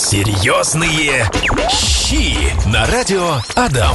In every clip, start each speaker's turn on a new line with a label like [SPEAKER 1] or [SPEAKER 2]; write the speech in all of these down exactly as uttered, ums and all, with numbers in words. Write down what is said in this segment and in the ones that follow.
[SPEAKER 1] Серьезные щи на радио Адам.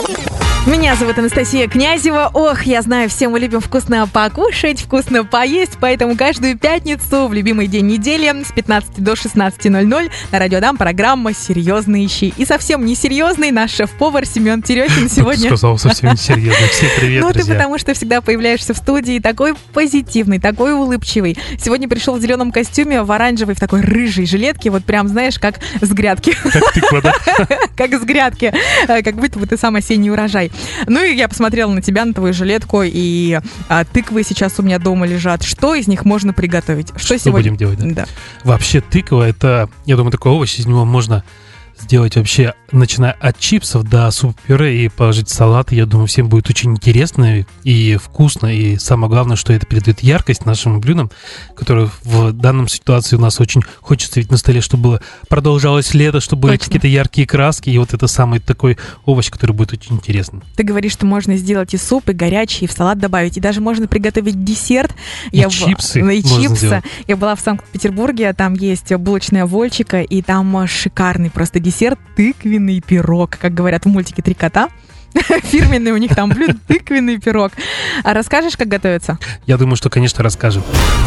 [SPEAKER 2] Меня зовут Анастасия Князева. Ох, я знаю, все мы любим вкусно покушать, вкусно поесть, поэтому каждую пятницу в любимый день недели с пятнадцати до шестнадцати ноль-ноль на радио Адам программа «Серьезные щи». И совсем несерьезный наш шеф-повар Семен Терехин сегодня.
[SPEAKER 3] Ты сказал совсем несерьезный. Всем привет,
[SPEAKER 2] Ну, ты
[SPEAKER 3] друзья.
[SPEAKER 2] потому что всегда появляешься в студии такой позитивный, такой улыбчивый. Сегодня пришел в зеленом костюме, в оранжевой, в такой рыжей жилетке, вот прям, знаешь, как с грядки.
[SPEAKER 3] Как тыква, да?
[SPEAKER 2] Как с грядки, как будто бы ты сам осенний урожай. Ну и я посмотрела на тебя, на твою жилетку, и а, тыквы сейчас у меня дома лежат. Что из них можно приготовить? Что,
[SPEAKER 3] Что
[SPEAKER 2] сегодня
[SPEAKER 3] будем делать, да?
[SPEAKER 2] Да.
[SPEAKER 3] Вообще тыква, это, я думаю, такой овощ, из него можно сделать вообще, начиная от чипсов до суп-пюре и положить в салат. Я думаю, всем будет очень интересно и вкусно. И самое главное, что это придает яркость нашим блюдам, которые в данном ситуации у нас очень хочется ведь на столе, чтобы продолжалось лето, чтобы были
[SPEAKER 2] Точно.
[SPEAKER 3] какие-то яркие краски. И вот это самый такой овощ, который будет очень интересным.
[SPEAKER 2] Ты говоришь, что можно сделать и суп, и горячий, и в салат добавить, и даже можно приготовить десерт.
[SPEAKER 3] И
[SPEAKER 2] Я в-
[SPEAKER 3] чипсы
[SPEAKER 2] ну, и
[SPEAKER 3] можно
[SPEAKER 2] чипсы.
[SPEAKER 3] сделать.
[SPEAKER 2] Я была в Санкт-Петербурге, там есть булочная Вольчика, и там шикарный просто десерт, тыквенный пирог, как говорят в мультике «Три кота». Фирменный у них там блюдо, тыквенный пирог. А расскажешь, как готовится?
[SPEAKER 3] Я думаю, что, конечно, расскажем.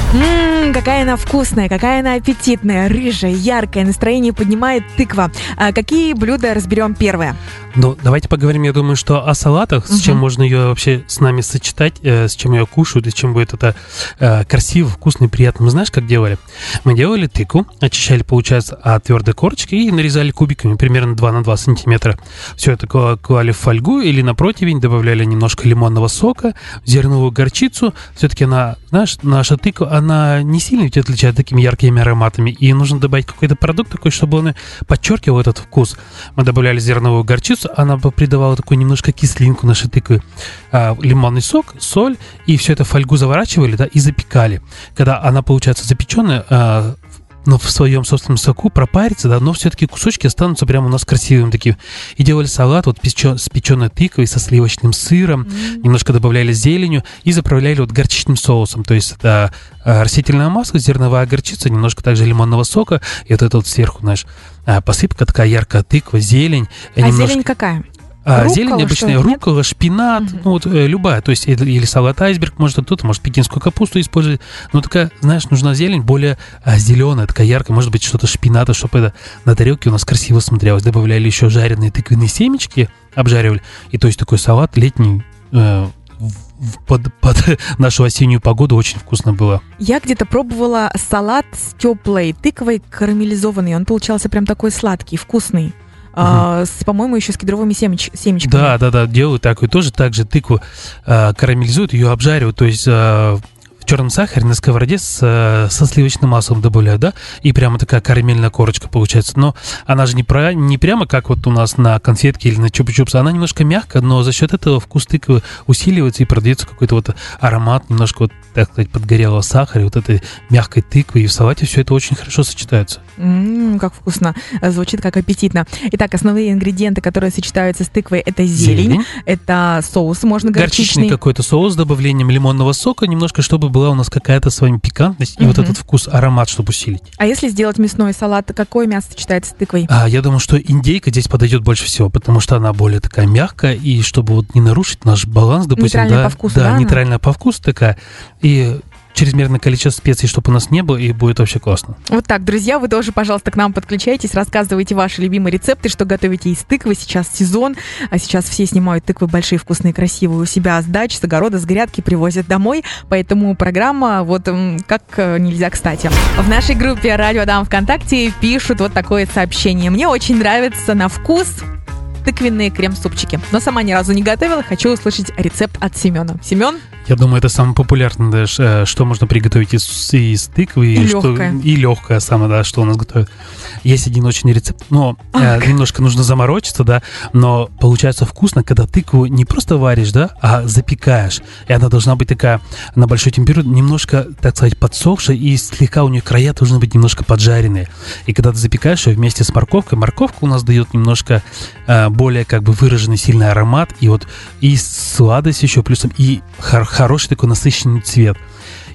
[SPEAKER 2] Ммм, какая она вкусная, какая она аппетитная, рыжая, яркая, настроение поднимает тыква. А какие блюда разберем первое?
[SPEAKER 3] Ну, давайте поговорим, я думаю, что о салатах, с чем
[SPEAKER 2] Мгм.
[SPEAKER 3] можно ее вообще с нами сочетать, э, с чем ее кушают, и с чем будет это э, красиво, вкусно и приятно. Мы знаешь, как делали? Мы делали тыкву, очищали, получается, от твердой корочки и нарезали кубиками, примерно два на два сантиметра. Все это кла- клали в фольгу или на противень, добавляли немножко лимонного сока, зерновую горчицу. Все-таки она, знаешь, наша тыква, она не сильно ведь отличается такими яркими ароматами, и нужно добавить какой-то продукт такой, чтобы он подчеркивал этот вкус. Мы добавляли зерновую горчицу, она бы придавала такую немножко кислинку нашей тыквы, а, лимонный сок, соль, и все это в фольгу заворачивали, да, и запекали. Когда она, получается, запеченная, а, но в своем собственном соку пропарится, да, но все-таки кусочки останутся прямо у нас красивыми такими. И делали салат вот печё- с печеной тыквой, со сливочным сыром,
[SPEAKER 2] М.
[SPEAKER 3] немножко добавляли зеленью и заправляли вот горчичным соусом. То есть это а, растительное масло, зерновая горчица, немножко также лимонного сока, и вот это вот сверху, знаешь, а, посыпка такая яркая тыква, зелень.
[SPEAKER 2] А
[SPEAKER 3] немножко-
[SPEAKER 2] зелень какая?
[SPEAKER 3] а,
[SPEAKER 2] Руккола,
[SPEAKER 3] зелень
[SPEAKER 2] что
[SPEAKER 3] обычная,
[SPEAKER 2] это, нет?
[SPEAKER 3] руккола, шпинат,
[SPEAKER 2] Мгм.
[SPEAKER 3] ну вот э, любая, то есть или, или салат айсберг, может кто-то, может пекинскую капусту использовать, но такая, знаешь, нужна зелень более а, зеленая, такая яркая, может быть что-то шпината, чтобы это на тарелке у нас красиво смотрелось. Добавляли еще жареные тыквенные семечки, обжаривали, и то есть такой салат летний э, в- в- под, под нашу осеннюю погоду очень вкусно было.
[SPEAKER 2] Я где-то пробовала салат с теплой тыквой карамелизованный. Он получался прям такой сладкий, вкусный. А, с, по-моему, еще с кедровыми семеч- семечками.
[SPEAKER 3] Да, да, да, делают так, и тоже так же тыкву э, карамелизуют, ее обжаривают, то есть э, в черном сахаре на сковороде с, э, со сливочным маслом добавляют, да, и прямо такая карамельная корочка получается. Но она же не, про, не прямо как вот у нас на конфетке или на чупа-чупсе, она немножко мягкая, но за счет этого вкус тыквы усиливается и продается какой-то вот аромат, немножко вот, так сказать, подгорелого сахара, вот этой мягкой тыквы, и в салате все это очень хорошо сочетается.
[SPEAKER 2] М, как вкусно. Звучит как аппетитно. Итак, основные ингредиенты, которые сочетаются с тыквой, это зелень,
[SPEAKER 3] Зелень.
[SPEAKER 2] это соус, можно
[SPEAKER 3] Горчичный
[SPEAKER 2] горчичный.
[SPEAKER 3] какой-то соус с добавлением лимонного сока, немножко, чтобы была у нас какая-то с вами пикантность и вот
[SPEAKER 2] Мгм.
[SPEAKER 3] этот вкус, аромат, чтобы усилить.
[SPEAKER 2] А если сделать мясной салат, какое мясо сочетается с тыквой?
[SPEAKER 3] А, я думаю, что индейка здесь подойдет больше всего, потому что она более такая мягкая, и чтобы вот не нарушить наш баланс, допустим,
[SPEAKER 2] Нейтральная
[SPEAKER 3] да,
[SPEAKER 2] по вкусу,
[SPEAKER 3] да,
[SPEAKER 2] да, она?
[SPEAKER 3] нейтральная по вкусу такая, и чрезмерное количество специй, чтобы у нас не было, и будет вообще классно.
[SPEAKER 2] Вот так, друзья, вы тоже, пожалуйста, к нам подключайтесь, рассказывайте ваши любимые рецепты, что готовите из тыквы. Сейчас сезон, а сейчас все снимают тыквы большие, вкусные, красивые у себя с дач, с огорода, с грядки, привозят домой. Поэтому программа вот м, как э, нельзя кстати. В нашей группе «Радио Адам ВКонтакте» пишут вот такое сообщение. Мне очень нравится на вкус тыквенные крем-супчики. Но сама ни разу не готовила, хочу услышать рецепт от Семена. Семен?
[SPEAKER 3] Я думаю, это самое популярное, даже, э, что можно приготовить из, из тыквы.
[SPEAKER 2] И
[SPEAKER 3] что,
[SPEAKER 2] легкое.
[SPEAKER 3] И легкое самое, да, что у нас готовят. Есть один очень рецепт, но э,
[SPEAKER 2] Ах.
[SPEAKER 3] немножко нужно заморочиться, да, но получается вкусно, когда тыкву не просто варишь, да, а запекаешь. И она должна быть такая на большой температуре, немножко, так сказать, подсохшая, и слегка у нее края должны быть немножко поджаренные. И когда ты запекаешь ее вместе с морковкой, морковка у нас дает немножко э, более как бы выраженный сильный аромат, и вот и сладость еще плюсом, и хор- хороший такой насыщенный цвет.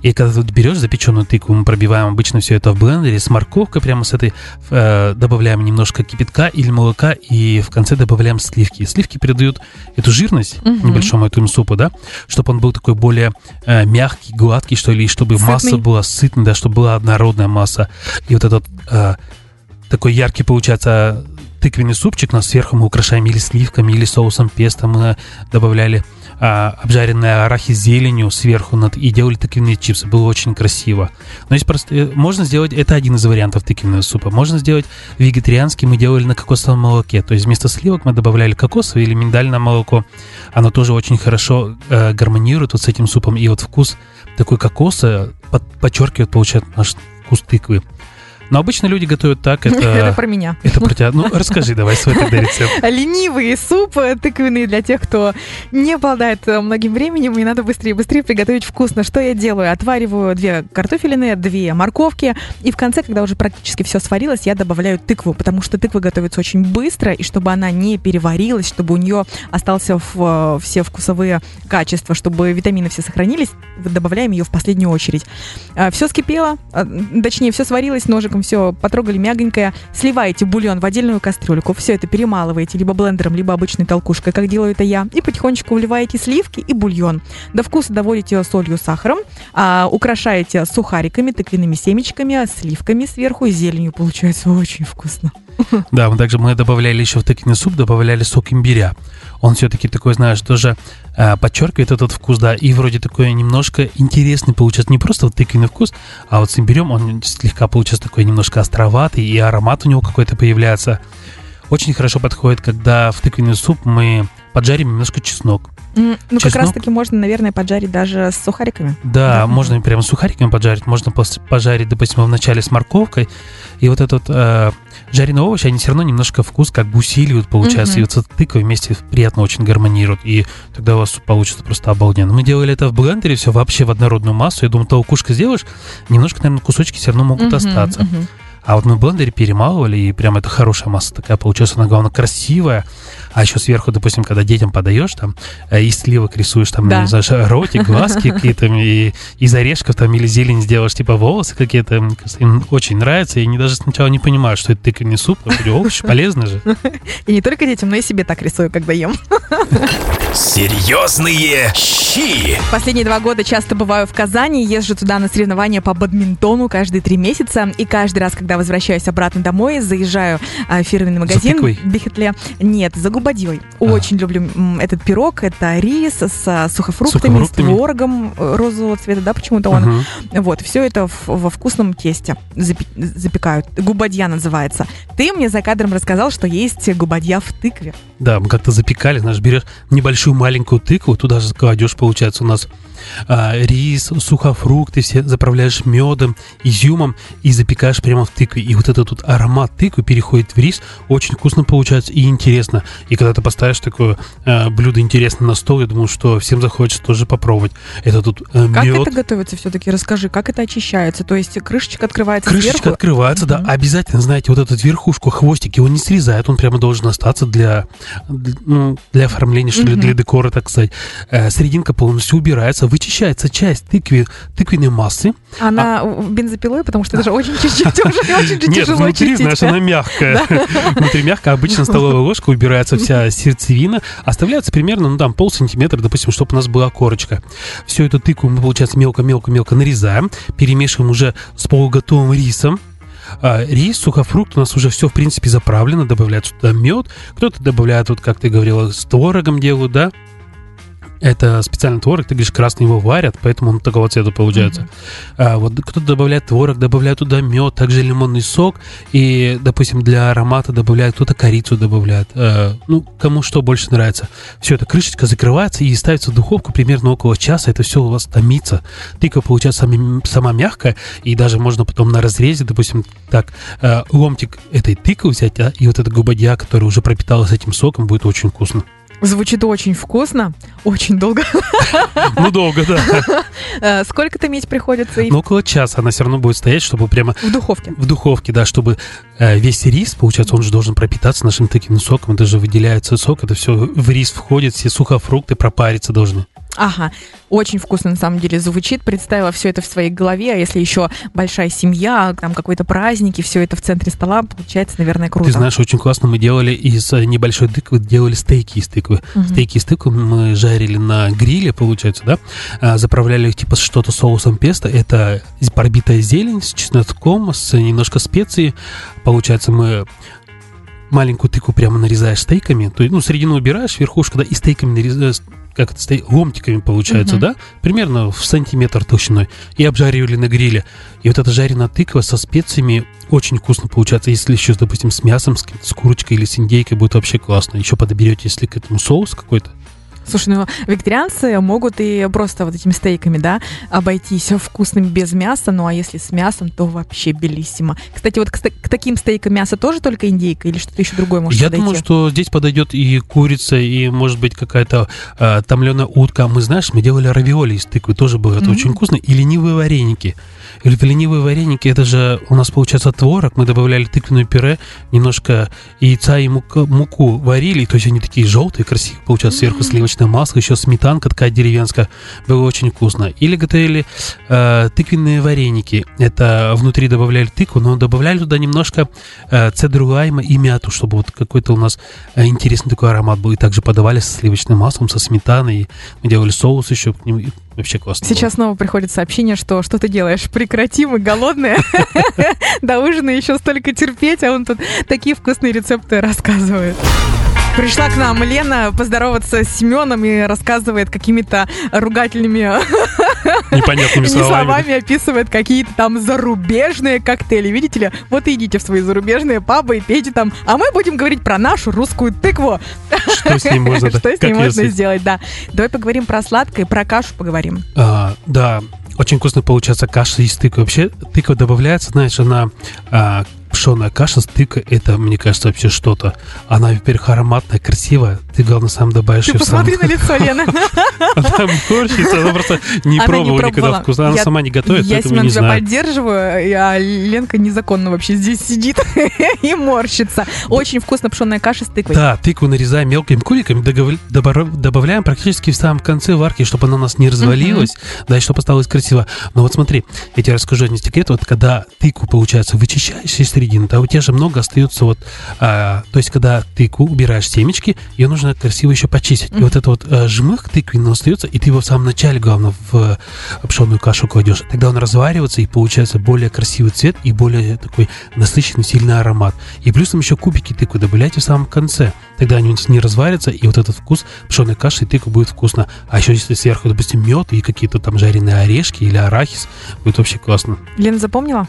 [SPEAKER 3] И когда ты вот берешь запеченную тыкву, мы пробиваем обычно все это в блендере с морковкой, прямо с этой, э, добавляем немножко кипятка или молока, и в конце добавляем сливки. Сливки придают эту жирность
[SPEAKER 2] Мгм.
[SPEAKER 3] небольшому этому супу, да, чтобы он был такой более э, мягкий, гладкий, что ли, и чтобы
[SPEAKER 2] Сытный.
[SPEAKER 3] масса была сытная, да, чтобы была однородная масса. И вот этот э, такой яркий, получается, тыквенный супчик, нас сверху мы украшаем или сливками, или соусом песто. Мы добавляли а, обжаренный арахис зеленью сверху над, и делали тыквенные чипсы. Было очень красиво. Но есть просто... Можно сделать... Это один из вариантов тыквенного супа. Можно сделать вегетарианский. Мы делали на кокосовом молоке. То есть вместо сливок мы добавляли кокосовое или миндальное молоко. Оно тоже очень хорошо э, гармонирует вот с этим супом. И вот вкус такой кокоса под, подчеркивает, получается, наш вкус тыквы. Но обычно люди готовят так. Это,
[SPEAKER 2] Это про меня.
[SPEAKER 3] это про тебя. Ну, расскажи давай свой тогда рецепт.
[SPEAKER 2] Ленивый суп тыквенный для тех, кто не обладает э, многим временем, и надо быстрее-быстрее приготовить вкусно. Что я делаю? Отвариваю две картофелины, две морковки, и в конце, когда уже практически все сварилось, я добавляю тыкву, потому что тыква готовится очень быстро, и чтобы она не переварилась, чтобы у нее остался в, все вкусовые качества, чтобы витамины все сохранились, добавляем ее в последнюю очередь. Все скипело, а, точнее, все сварилось ножиком, все потрогали мягонькое, сливаете бульон в отдельную кастрюльку, все это перемалываете либо блендером, либо обычной толкушкой, как делаю это я, и потихонечку вливаете сливки и бульон. До вкуса доводите солью, сахаром, а, украшаете сухариками, тыквенными семечками, сливками сверху и зеленью. Получается очень вкусно.
[SPEAKER 3] Да, мы также мы добавляли еще в тыквенный суп, добавляли сок имбиря. Он все-таки такой, знаешь, тоже э, подчеркивает этот вкус, да, и вроде такой немножко интересный получается. Не просто вот тыквенный вкус, а вот с имбирем он слегка получается такой немножко островатый, и аромат у него какой-то появляется. Очень хорошо подходит, когда в тыквенный суп мы поджарим немножко чеснок.
[SPEAKER 2] Mm, ну, как
[SPEAKER 3] Чеснок?
[SPEAKER 2] раз-таки можно, наверное, поджарить даже с сухариками.
[SPEAKER 3] Да,
[SPEAKER 2] Да.
[SPEAKER 3] можно прямо с сухариками поджарить, можно пос- пожарить, допустим, вначале с морковкой. И вот этот э, жареные овощи, они все равно немножко вкус как бы усиливают, получается.
[SPEAKER 2] Мгм.
[SPEAKER 3] И вот с тыквой вместе приятно очень гармонируют. И тогда у вас суп получится просто обалденно. Мы делали это в блендере, все вообще в однородную массу. Я думаю, толкушка сделаешь, немножко, наверное, кусочки все равно могут
[SPEAKER 2] Мгм,
[SPEAKER 3] остаться.
[SPEAKER 2] мгм.
[SPEAKER 3] А вот мы в блендере перемалывали, и прям это хорошая масса такая получилась. Она, главное, красивая. А еще сверху, допустим, когда детям подаешь, там, э, из сливок рисуешь, там,
[SPEAKER 2] Да.
[SPEAKER 3] не знаю, ротик, глазки какие-то, и из орешков там или зелень сделаешь, типа волосы какие-то. Мне кажется, им очень нравится, и они даже сначала не понимают, что это тыквенный суп, а вроде овощи полезны же.
[SPEAKER 2] И не только детям, но и себе так рисую, когда ем.
[SPEAKER 1] Серьезные щи.
[SPEAKER 2] Последние два года часто бываю в Казани, езжу туда на соревнования по бадминтону каждые три месяца. И каждый раз, когда возвращаюсь обратно домой, заезжаю а, в фирменный магазин
[SPEAKER 3] тыквой?
[SPEAKER 2] Бихетле. Нет, за губадьей. Очень люблю м, этот пирог. Это рис с а, сухофруктами,
[SPEAKER 3] Сухофруктами?
[SPEAKER 2] с творогом э, розового цвета, да, почему-то он.
[SPEAKER 3] Мгм.
[SPEAKER 2] Вот, все это в- во вкусном тесте запе- запекают. Губадья называется. Ты мне за кадром рассказал, что есть губадья в тыкве.
[SPEAKER 3] Да, мы как-то запекали, знаешь, берешь небольшую маленькую тыкву, туда же кладешь, получается, у нас а, рис, сухофрукты, все заправляешь медом, изюмом и запекаешь прямо в тыкве. И вот этот тут аромат тыквы переходит в рис, очень вкусно получается и интересно. И когда ты поставишь такое а, блюдо интересно на стол, я думаю, что всем захочется тоже попробовать. Это тут а,
[SPEAKER 2] Как
[SPEAKER 3] мед.
[SPEAKER 2] это готовится все-таки? Расскажи, как это очищается? То есть крышечка открывается
[SPEAKER 3] Крышечка
[SPEAKER 2] сверху?
[SPEAKER 3] открывается, да.
[SPEAKER 2] Мгм.
[SPEAKER 3] Обязательно, знаете, вот этот верхушку, хвостик, его не срезают, он прямо должен остаться для, для, ну, для оформления, что ли,
[SPEAKER 2] Мгм.
[SPEAKER 3] для декора, так сказать. Э, серединка полностью убирается, вычищается часть тыквы, тыквенной массы.
[SPEAKER 2] Она в- бензопилой, потому что это же очень чуть-чуть, уже очень же
[SPEAKER 3] Нет,
[SPEAKER 2] тяжело
[SPEAKER 3] внутри,
[SPEAKER 2] очистить.
[SPEAKER 3] знаешь, она мягкая. Внутри мягкая, обычно столовая ложка, убирается вся сердцевина. Оставляется примерно, ну там, пол сантиметра, допустим, чтобы у нас была корочка. Всю эту тыкву мы, получается, мелко-мелко-мелко нарезаем, перемешиваем уже с полуготовым рисом. А, рис, сухофрукт, у нас уже все, в принципе, заправлено, добавляют сюда мед, кто-то добавляет, вот как ты говорила, с творогом делают, да? Это специальный творог, ты говоришь, красный его варят, поэтому он такого цвета получается. А, вот кто-то добавляет творог, добавляет туда мед, также лимонный сок, и, допустим, для аромата добавляет, кто-то корицу добавляет. А, ну, кому что больше нравится. Все, эта крышечка закрывается и ставится в духовку примерно около часа, это все у вас томится. Тыква получается сами- сама мягкая, и даже можно потом на разрезе, допустим, так, а, ломтик этой тыквы взять, а, и вот эта губадья, которая уже пропиталась этим соком, будет очень вкусно.
[SPEAKER 2] Звучит очень вкусно, очень долго.
[SPEAKER 3] Ну, долго, да.
[SPEAKER 2] Э, Сколько-то медь приходится и
[SPEAKER 3] Но около часа она все равно будет стоять, чтобы прямо
[SPEAKER 2] в духовке.
[SPEAKER 3] в духовке, да, чтобы э, весь рис, получается, он же должен пропитаться нашим тыквенным соком, это же выделяется сок, это все в рис входит, все сухофрукты пропариться должны.
[SPEAKER 2] Ага, очень вкусно на самом деле звучит. Представила все это в своей голове, а если еще большая семья, там какой-то праздник, и все это в центре стола, получается, наверное, круто.
[SPEAKER 3] Ты знаешь, очень классно мы делали из небольшой тыквы, делали стейки из тыквы. Uh-huh. Стейки из тыквы мы жарили на гриле, получается, да, а, заправляли их типа что-то соусом песто. Это пробитая зелень с чесноком, с немножко специй. Получается, мы маленькую тыкву прямо нарезаешь стейками, то есть, ну, середину убираешь, верхушку, да, и стейками нарезаешь, как это стоит, ломтиками получается, uh-huh. да, примерно в сантиметр толщиной, и обжаривали на гриле. И вот эта жареная тыква со специями очень вкусно получается. Если еще, допустим, с мясом, с, с курочкой или с индейкой, будет вообще классно. Еще подберете, если к этому соус какой-то.
[SPEAKER 2] Слушай, ну вегетарианцы могут и просто вот этими стейками, да, обойтись вкусным без мяса, ну а если с мясом, то вообще белиссимо. Кстати, вот к, к таким стейкам мясо тоже только индейка или что-то еще другое может
[SPEAKER 3] Я
[SPEAKER 2] подойти?
[SPEAKER 3] думаю, что здесь подойдет и курица, и, может быть, какая-то э, томленая утка. Мы, знаешь, мы делали равиоли из тыквы, тоже было это mm-hmm. очень вкусно. И ленивые вареники. Или ленивые вареники, это же у нас получается творог, мы добавляли тыквенное пюре, немножко яйца и мука, муку варили, то есть они такие желтые, красивые, получается, сверху сливочное масло, еще сметанка такая деревенская, было очень вкусно. Или готовили э, тыквенные вареники, это внутри добавляли тыкву, но добавляли туда немножко э, цедру лайма и мяту, чтобы вот какой-то у нас э, интересный такой аромат был, и также подавали со сливочным маслом, со сметаной, мы делали соус еще к нему. Вообще классно.
[SPEAKER 2] Сейчас было. Снова приходит сообщение, что что ты делаешь? Прекрати, мы голодные. До ужина еще столько терпеть, а он тут такие вкусные рецепты рассказывает. Пришла к нам Лена поздороваться с Семеном и рассказывает какими-то ругательными
[SPEAKER 3] непонятными словами.
[SPEAKER 2] словами, описывает какие-то там зарубежные коктейли. Видите ли? Вот идите в свои зарубежные пабы и пейте там. А мы будем говорить про нашу русскую тыкву.
[SPEAKER 3] Что с ней можно,
[SPEAKER 2] Что с ней можно сделать, да. Давай поговорим про сладкое, про кашу поговорим.
[SPEAKER 3] А, да, очень вкусно получается каша из тыквы. Вообще тыква добавляется, знаешь, она... А, пшеная каша с тыквой, это, мне кажется, вообще что-то. Она, во-первых, ароматная, красивая. Ты, главное, сам добавишь
[SPEAKER 2] Ты
[SPEAKER 3] ее в сам...
[SPEAKER 2] посмотри на лицо, Лена.
[SPEAKER 3] Она морщится, она просто не пробовала никогда вкуса. Она сама не готовит, поэтому не знаю.
[SPEAKER 2] Я тебя поддерживаю, а Ленка незаконно вообще здесь сидит и морщится. Очень вкусно пшеная каша с тыквой.
[SPEAKER 3] Да, тыкву нарезаем мелкими кубиками, добавляем практически в самом конце варки, чтобы она у нас не развалилась, да, и чтобы осталось красиво. Но вот смотри, я тебе расскажу один секрет. Вот когда тыкву, получается, вычищаешь из середины, то у тебя же много остается вот, а, то есть когда тыкву убираешь семечки, ее нужно красиво еще почистить. Mm-hmm. И вот это вот а, жмых тыквенный остается, и ты его в самом начале, главное, в пшеную кашу кладешь. Тогда он разваривается, и получается более красивый цвет и более такой насыщенный, сильный аромат. И плюсом еще кубики тыквы добавляйте в самом конце. Тогда они не разварятся, и вот этот вкус пшеной каши и тыквы будет вкусно. А еще если сверху, допустим, мед и какие-то там жареные орешки или арахис, будет вообще классно.
[SPEAKER 2] Лена запомнила?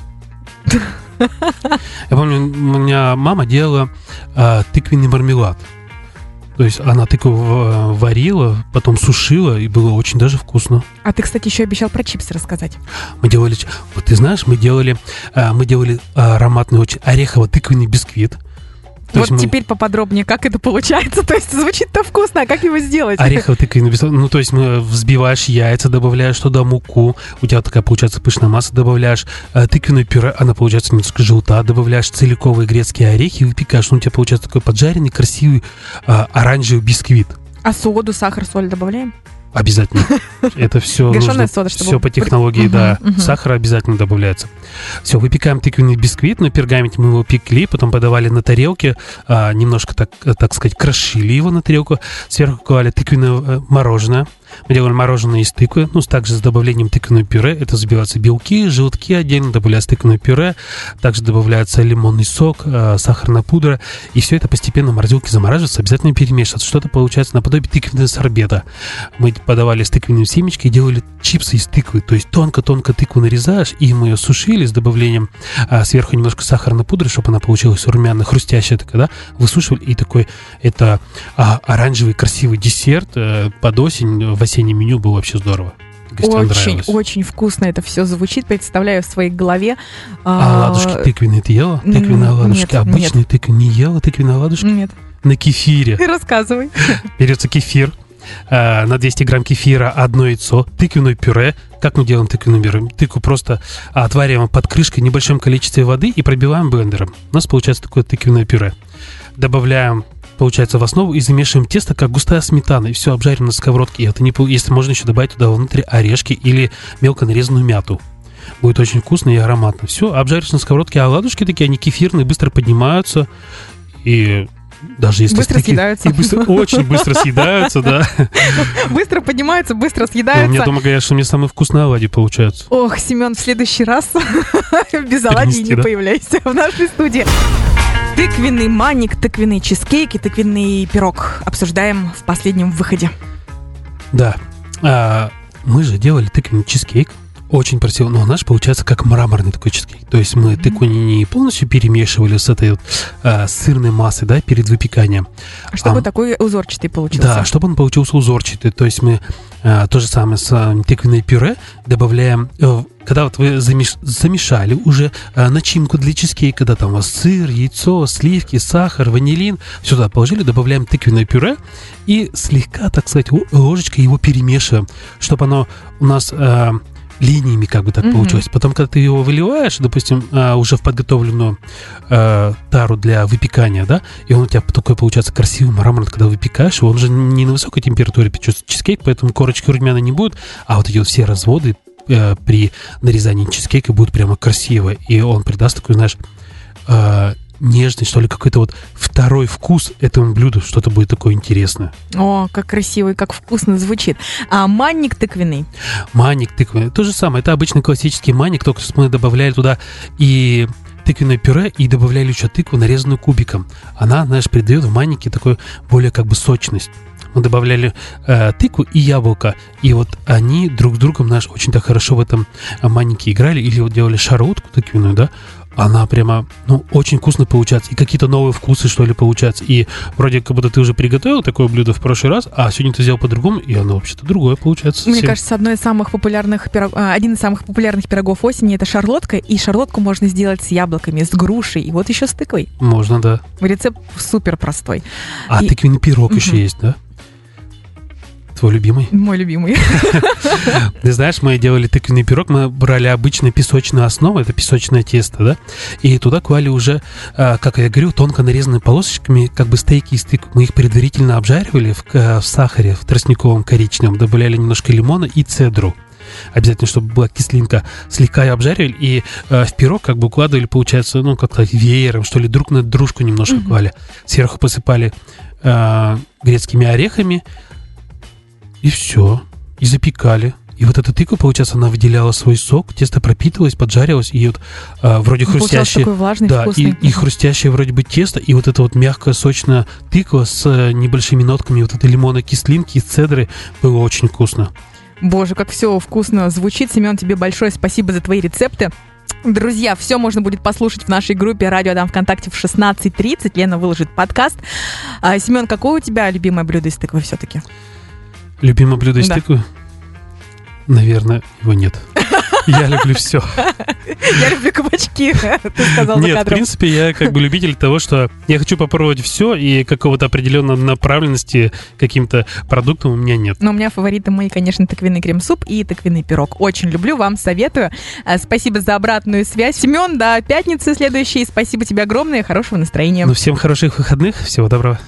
[SPEAKER 3] Я помню, у меня мама делала а, тыквенный мармелад. То есть она тыкву варила, потом сушила, и было очень даже вкусно.
[SPEAKER 2] А ты, кстати, еще обещал про чипсы рассказать.
[SPEAKER 3] Мы делали, вот ты знаешь, мы делали, а, мы делали ароматный очень орехово-тыквенный бисквит.
[SPEAKER 2] То вот теперь мы... поподробнее, как это получается. То есть звучит-то вкусно, а как его сделать?
[SPEAKER 3] Орехово-тыквенный бисквит. Ну, то есть мы взбиваешь яйца, добавляешь туда муку, у тебя такая получается пышная масса, добавляешь тыквенное пюре, она получается немножко желтая, добавляешь целиковые грецкие орехи и выпекаешь. Ну, у тебя получается такой поджаренный, красивый а, оранжевый бисквит.
[SPEAKER 2] А соду, сахар, соль добавляем?
[SPEAKER 3] Обязательно. Это все нужно,
[SPEAKER 2] сода, чтобы...
[SPEAKER 3] все по технологии, uh-huh, да. Uh-huh. Сахар обязательно добавляется. Все, выпекаем тыквенный бисквит, на пергаменте мы его пекли, потом подавали на тарелке, а, немножко, так, так сказать, крошили его на тарелку, сверху клали тыквенное мороженое. Мы делали мороженое из тыквы, ну, также с добавлением тыквенного пюре. Это забиваются белки, желтки отдельно, добавляется тыквенное пюре, также добавляется лимонный сок, э, сахарная пудра, и все это постепенно в морозилке замораживается, обязательно перемешивается. Что-то получается наподобие тыквенного сорбета. Мы подавали с тыквенными семечками и делали чипсы из тыквы, то есть тонко-тонко тыкву нарезаешь, и мы ее сушили с добавлением э, сверху немножко сахарной пудры, чтобы она получилась румяная, хрустящая такая, да, высушивали, и такой, это э, оранжевый красивый десерт э, под осень. В осеннем меню было вообще здорово.
[SPEAKER 2] Очень, очень вкусно это все звучит. Представляю в своей голове.
[SPEAKER 3] А оладушки тыквенные ты ела? Тыквенные оладушки. Обычные тыквенные не ела тыквенные оладушки?
[SPEAKER 2] Нет.
[SPEAKER 3] На кефире.
[SPEAKER 2] Ты рассказывай.
[SPEAKER 3] Берется кефир. На двести грамм кефира одно яйцо, тыквенное пюре. Как мы делаем тыквенное пюре? Тыкву просто отвариваем под крышкой в небольшом количестве воды и пробиваем блендером. У нас получается такое тыквенное пюре. Добавляем получается, в основу и замешиваем тесто, как густая сметана, и все обжарим на сковородке. И это не, если можно еще добавить туда внутрь орешки или мелко нарезанную мяту. Будет очень вкусно и ароматно. Все, обжаришь на сковородке, а оладушки такие, они кефирные, быстро поднимаются. И даже если
[SPEAKER 2] быстро
[SPEAKER 3] стыки,
[SPEAKER 2] съедаются.
[SPEAKER 3] И быстро, очень быстро съедаются, да.
[SPEAKER 2] Быстро поднимаются, быстро съедаются.
[SPEAKER 3] Мне дома говорят, что мне самые вкусные оладьи получаются.
[SPEAKER 2] Ох, Семен, в следующий раз без оладий не появляйся в нашей студии. Тыквенный маник, тыквенный чизкейк и тыквенный пирог обсуждаем в последнем выходе.
[SPEAKER 3] Да. А, мы же делали тыквенный чизкейк. Очень красиво. Но наш получается как мраморный такой чизкейк. То есть мы mm-hmm. тыкву не полностью перемешивали с этой вот а, сырной массой, да, перед выпеканием.
[SPEAKER 2] Чтобы
[SPEAKER 3] а,
[SPEAKER 2] такой узорчатый получился.
[SPEAKER 3] Да, чтобы он получился узорчатый. То есть мы а, то же самое с а, тыквенное пюре добавляем... А, когда вот вы замеш... замешали уже а, начинку для чизкейка, когда там у вас сыр, яйцо, сливки, сахар, ванилин, все туда положили, добавляем тыквенное пюре и слегка, так сказать, ложечкой его перемешиваем, чтобы оно у нас... А, линиями как бы так mm-hmm. получилось. Потом, когда ты его выливаешь, допустим, а, уже в подготовленную а, тару для выпекания, да, и он у тебя такой получается красивый мраморный, когда выпекаешь, он же не на высокой температуре печется чизкейк, поэтому корочки румяна не будет, а вот эти вот все разводы а, при нарезании чизкейка будут прямо красиво, и он придаст такой, знаешь, а, нежный, что ли, какой-то вот второй вкус этому блюду, что-то будет такое интересное.
[SPEAKER 2] О, как красиво и как вкусно звучит. А манник тыквенный?
[SPEAKER 3] Манник тыквенный. То же самое. Это обычный классический манник, только мы добавляли туда и тыквенное пюре, и добавляли еще тыкву, нарезанную кубиком. Она, знаешь, придает в маннике такой более как бы сочность. Мы добавляли э, тыкву и яблоко, и вот они друг с другом, знаешь, очень так хорошо в этом маннике играли, или вот делали шарлотку тыквенную, да, она прямо, ну, очень вкусно получается. И какие-то новые вкусы, что ли, получаются. И вроде как будто ты уже приготовил такое блюдо в прошлый раз, а сегодня ты сделал по-другому, и оно вообще-то другое получается совсем.
[SPEAKER 2] Мне кажется, одно из самых популярных пирог... один из самых популярных пирогов осени — это шарлотка. И шарлотку можно сделать с яблоками, с грушей, и вот еще с тыквой.
[SPEAKER 3] Можно, да.
[SPEAKER 2] Рецепт супер простой.
[SPEAKER 3] А и... тыквенный пирог угу. еще есть, да? Твой любимый?
[SPEAKER 2] Мой любимый.
[SPEAKER 3] Ты знаешь, мы делали тыквенный пирог, мы брали обычную песочную основу, это песочное тесто, да, и туда клали уже, как я говорю, тонко нарезанными полосочками, как бы стейки из тыквы. Мы их предварительно обжаривали в, в сахаре, в тростниковом коричневом, добавляли немножко лимона и цедру. Обязательно, чтобы была кислинка, слегка ее обжаривали, и э, в пирог как бы укладывали, получается, ну, как-то веером, что ли, друг на дружку немножко mm-hmm. клали. Сверху посыпали э, грецкими орехами, и все. И запекали. И вот эта тыква, получается, она выделяла свой сок, тесто пропитывалось, поджаривалось, и вот а, вроде ну, хрустящее...
[SPEAKER 2] такой влажный,
[SPEAKER 3] да,
[SPEAKER 2] вкусный.
[SPEAKER 3] И, и хрустящее вроде бы тесто, и вот эта вот мягкая, сочная тыква с а, небольшими нотками вот этой лимонной кислинки и цедры было очень вкусно.
[SPEAKER 2] Боже, как все вкусно звучит. Семен, тебе большое спасибо за твои рецепты. Друзья, все можно будет послушать в нашей группе «Радио Адам ВКонтакте» в шестнадцать тридцать. Лена выложит подкаст. А, Семен, какое у тебя любимое блюдо из тыквы все-таки?
[SPEAKER 3] Любимое блюдо из да. тыквы? Наверное, его нет. Я люблю все.
[SPEAKER 2] Я люблю кабачки, ты сказал за
[SPEAKER 3] Нет,
[SPEAKER 2] кадром.
[SPEAKER 3] в принципе, я как бы любитель того, что я хочу попробовать все, и какого-то определенной направленности каким-то продуктом у меня нет.
[SPEAKER 2] Но у меня фавориты мои, конечно, тыквенный крем-суп и тыквенный пирог. Очень люблю, вам советую. Спасибо за обратную связь. Семен, до пятницы следующей. Спасибо тебе огромное, хорошего настроения.
[SPEAKER 3] Ну, всем хороших выходных, всего доброго.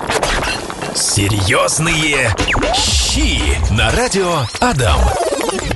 [SPEAKER 1] Серьезные щи на радио Адам.